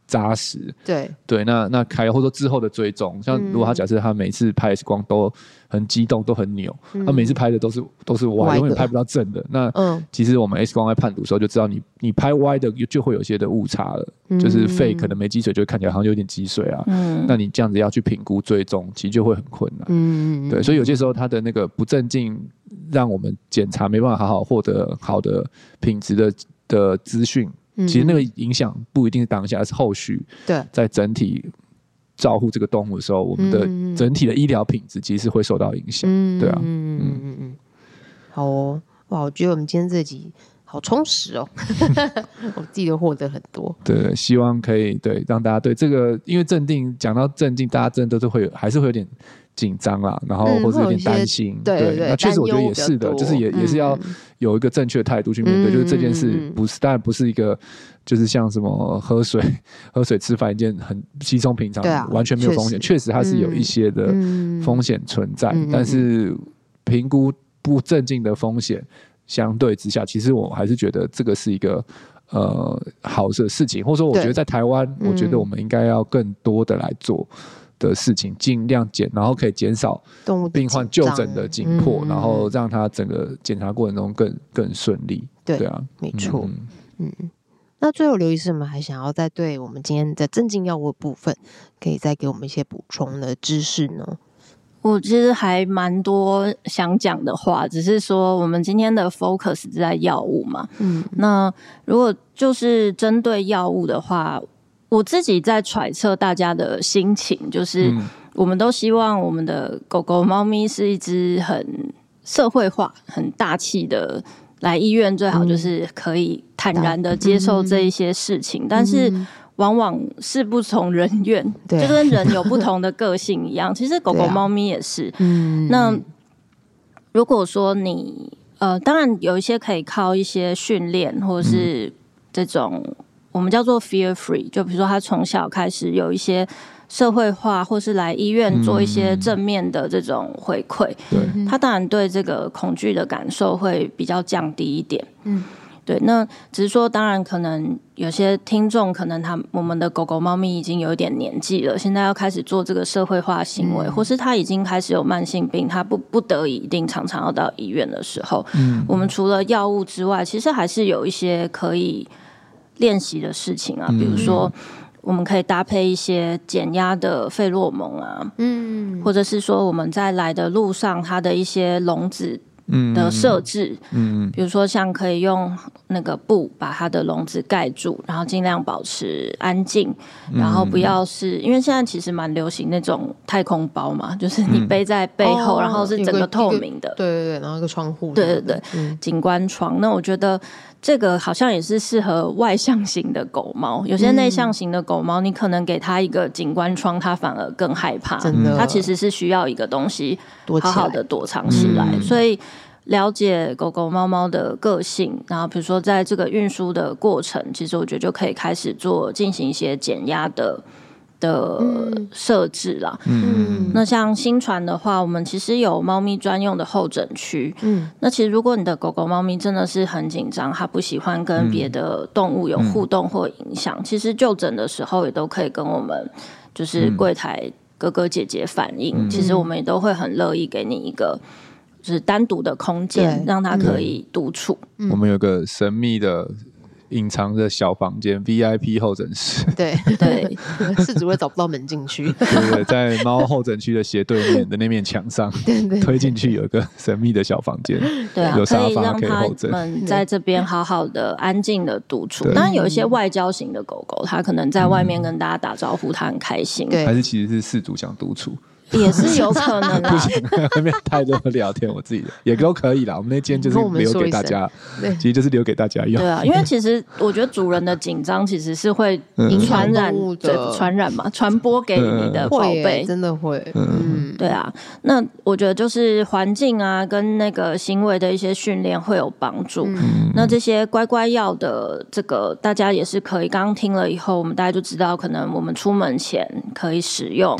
扎实。 对对，那那开或者说之后的追踪，像如果他假设他每次拍 X 光都很激动，都很扭，嗯、他每次拍的都是都是歪，永远拍不到正的。那、嗯、其实我们 X 光在判读的时候就知道你，你你拍歪的就会有些的误差了，嗯、就是肺可能没积水，就会看起来好像有点积水啊。嗯、那你这样子要去评估追踪，其实就会很困难。嗯、对，所以有些时候他的那个不正经，让我们检查没办法好好获得好的品质的的资讯。其实那个影响不一定是当下，而是后续。对，在整体照护这个动物的时候，我们的整体的医疗品质其实是会受到影响。嗯、对啊，嗯嗯嗯嗯， 好哦，哇，我觉得我们今天这集好充实哦，我自己都获得很多。 对，希望可以对让大家对这个，因为镇定讲到镇定，大家真的都是会有，还是会有点紧张啦，然后或者有点担心。 嗯、对 对, 对， 那确实我觉得也是的，就是也、嗯、也是要有一个正确的态度去面对，嗯、就是这件事不是，当然不是一个。就是像什么喝水、喝水、吃饭一件很稀松平常，啊、完全没有风险。确实，它是有一些的风险存在，嗯、但是评估不正经的风险相对之下，其实我还是觉得这个是一个呃好的事情，或者说我觉得在台湾，我觉得我们应该要更多的来做的事情，尽量减，然后可以减少病患就诊的紧迫，嗯、然后让他整个检查过程中更更顺利。 对， 对啊， 没错，嗯。嗯那最后刘医师们还想要再对我们今天的镇静药物的部分可以再给我们一些补充的知识呢？ 我其实还蛮多想讲的话，只是说我们今天的 focus 是在药物嘛。嗯，那如果就是针对药物的话，我自己在揣测大家的心情，就是我们都希望我们的狗狗猫咪是一只很社会化很大气的，来医院最好就是可以坦然的接受这一些事情，嗯、但是往往事不从人愿，就跟人有不同的个性一样。其实狗狗、猫咪也是。嗯、那如果说你呃，当然有一些可以靠一些训练，或者是这种、嗯、我们叫做 fear free， 就比如说他从小开始有一些。社会化，或是来医院做一些正面的这种回馈，嗯、他当然对这个恐惧的感受会比较降低一点。嗯，对。那只是说，当然可能有些听众可能他我们的狗狗、猫咪已经有一点年纪了，现在要开始做这个社会化行为，嗯、或是他已经开始有慢性病，他不不得已一定常常要到医院的时候，嗯、我们除了药物之外，其实还是有一些可以练习的事情啊，嗯、比如说。我们可以搭配一些减压的费洛蒙啊，嗯，或者是说我们在来的路上，它的一些笼子的设置，嗯，嗯比如说像可以用那个布把它的笼子盖住，然后尽量保持安静，然后不要是因为现在其实蛮流行那种太空包嘛，就是你背在背后，嗯、然后是整个透明的， 对对对，然后一个窗户， 对对对，嗯、景观窗。那我觉得。这个好像也是适合外向型的狗猫，有些内向型的狗猫，你可能给它一个景观窗，它反而更害怕。真的，它其实是需要一个东西好好的躲藏起来。嗯、所以了解狗狗猫猫的个性，然后比如说在这个运输的过程，其实我觉得就可以开始做进行一些减压的。的设置啦，嗯，那像新传的话，我们其实有猫咪专用的候诊区，嗯，那其实如果你的狗狗、猫咪真的是很紧张，它不喜欢跟别的动物有互动或影响，嗯、其实就诊的时候也都可以跟我们就是柜台哥哥姐姐反映，嗯、其实我们也都会很乐意给你一个就是单独的空间，让它可以独处。 嗯、我们有个神秘的。隐藏的小房间 V I P 候诊室， 对对，事主会找不到门进去。 对对，在猫候诊区的斜对面的那面墙上，对对推进去有一个神秘的小房间， 对啊， 有沙发可以候诊。 可以让他们在这边好好的、安静的独处。当然有一些外交型的狗狗，它可能在外面跟大家打招呼，它很开心。 对，还是其实是事主想独处。 也是有可能啦， 不行，外面太多聊天，我自己的也都可以啦。我们那间就是留给大家，其实就是留给大家用。 对啊，因为其实我觉得主人的紧张其实是会传染的，传染嘛，传播给你的宝贝， 真的会。 嗯，对啊。那我觉得就是环境啊，跟那个行为的一些训练会有帮助。嗯、那这些乖乖药的这个，大家也是可以。刚刚听了以后，我们大家就知道，可能我们出门前可以使用。对。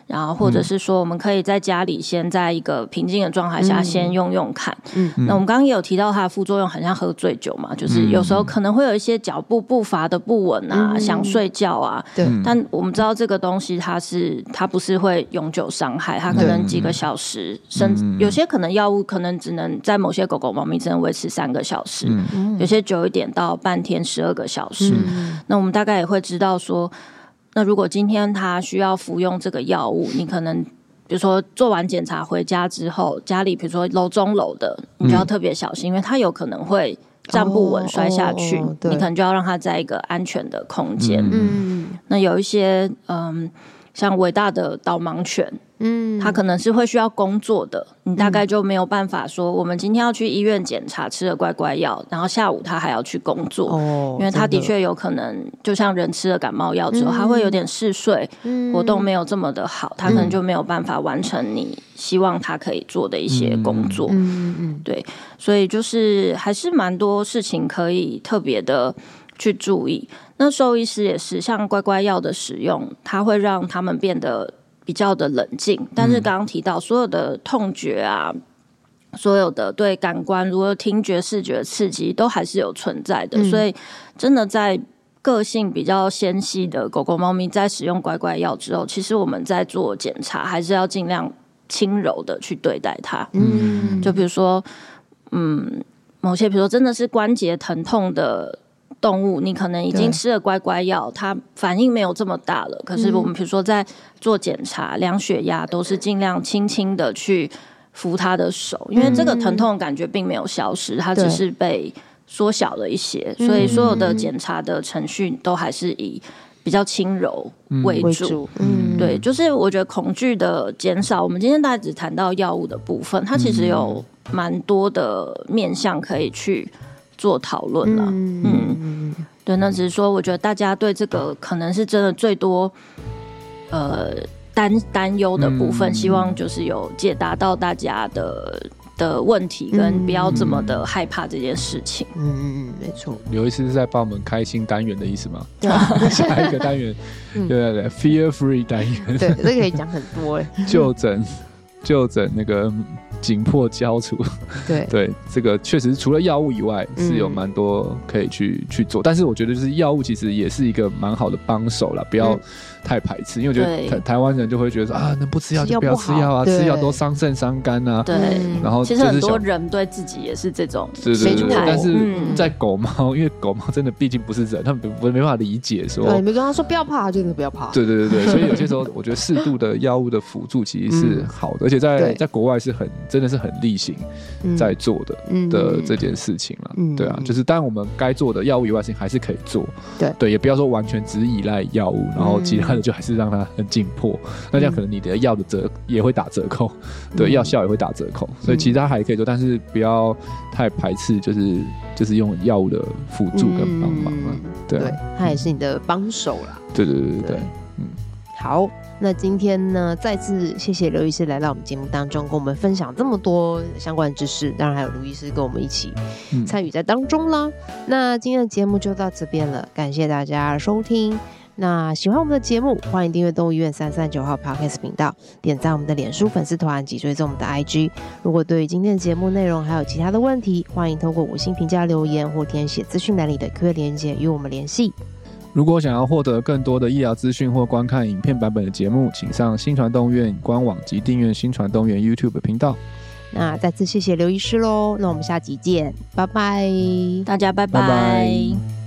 然后或者是说我们可以在家里先在一个平静的状态下先用用看。嗯，那我们刚刚也有提到它的副作用很像喝醉酒嘛，就是有时候可能会有一些脚步步伐的不稳啊、嗯、想睡觉啊。对，但我们知道这个东西它是它不是会永久伤害，它可能几个小时，甚至有些可能药物可能只能在某些狗狗猫咪只能维持三个小时，嗯、有些久一点到半天十二个小时。嗯、那我们大概也会知道说，那如果今天他需要服用这个药物，你可能比如说做完检查回家之后，家里比如说楼中楼的，你就要特别小心，嗯、因为他有可能会站不稳摔下去，哦哦、你可能就要让他在一个安全的空间。嗯，那有一些嗯，像伟大的导盲犬。嗯，他可能是会需要工作的，你大概就没有办法说我们今天要去医院检查，吃了乖乖药，然后下午他还要去工作。哦，因为他的确有可能就像人吃了感冒药之后，嗯、他会有点嗜睡，嗯、活动没有这么的好，他可能就没有办法完成你希望他可以做的一些工作。嗯嗯，对，所以就是还是蛮多事情可以特别的去注意。那兽医师也是，像乖乖药的使用，它会让他们变得比较的冷静，但是刚刚提到所有的痛觉啊，所有的对感官，如果听觉、视觉刺激都还是有存在的，嗯、所以真的在个性比较纤细的狗狗、猫咪在使用乖乖药之后，其实我们在做检查还是要尽量轻柔的去对待它。嗯，就比如说，嗯，某些比如说真的是关节疼痛的动物，你可能已经吃了乖乖药，它反应没有这么大了，可是我们比如说在做检查、量血压，都是尽量轻轻的去扶它的手，因为这个疼痛感觉并没有消失，它只是被缩小了一些，所以所有的检查的程序都还是以比较轻柔为主。嗯，对，就是我觉得恐惧的减少，我们今天大概只谈到药物的部分，它其实有蛮多的面向可以去做讨论了。嗯, 嗯，对，那只是说，我觉得大家对这个可能是真的最多呃担担忧的部分，嗯、希望就是有解答到大家的的问题，跟不要这么的害怕这件事情。 嗯嗯嗯，没错。 刘医师是在帮我们开新单元的意思吗？对，下一个单元，对对对 ，Fear Free 单元， 对，这个可以讲很多哎， 就诊就诊那个。紧迫交除，对对，这个确实除了药物以外是有蛮多可以去、嗯、去做，但是我觉得就是药物其实也是一个蛮好的帮手啦，不要太排斥，因为我觉得台台湾人就会觉得说啊，能不吃药就不要吃药啊，吃药都伤肾伤肝啊， 对， 然后其实很多人对自己也是这种对对对对，但是在狗猫，因为狗猫真的毕竟不是人，他们没办法理解说， 对，你没跟他说不要怕，就是不要怕， 对对对对，所以有些时候我觉得适度的药物的辅助其实是好的，嗯、而且在在国外是很真的是很例行在做的、嗯、的这件事情了、嗯，对啊，就是当然我们该做的药物以外的事情还是可以做，对对，也不要说完全只依赖药物，然后其他的就还是让它很紧迫，嗯、那这样可能你的药的折也会打折扣，嗯、对，药效也会打折扣，所以其他还可以做，但是不要太排斥，就是就是用药物的辅助跟帮忙啊，嗯、对啊， 对，它也是你的帮手啦， 对对对对对，嗯， 好。那今天呢，再次谢谢刘医师来到我们节目当中，跟我们分享这么多相关的知识，当然还有卢医师跟我们一起参与在当中啦。嗯、那今天的节目就到这边了，感谢大家收听。那喜欢我们的节目，欢迎订阅动物医院三三九号 Podcast 频道，点赞我们的脸书粉丝团及追踪我们的 I G。如果对于今天的节目内容还有其他的问题，欢迎透过五星评价留言或填写资讯栏里的 Q A 连结与我们联系。 如果想要获得更多的医疗资讯或观看影片版本的节目，请上新传动物院官网及订阅新传动物院 YouTube 频道。 那再次谢谢刘医师咯，那我们下集见，拜拜， 大家拜拜。拜拜。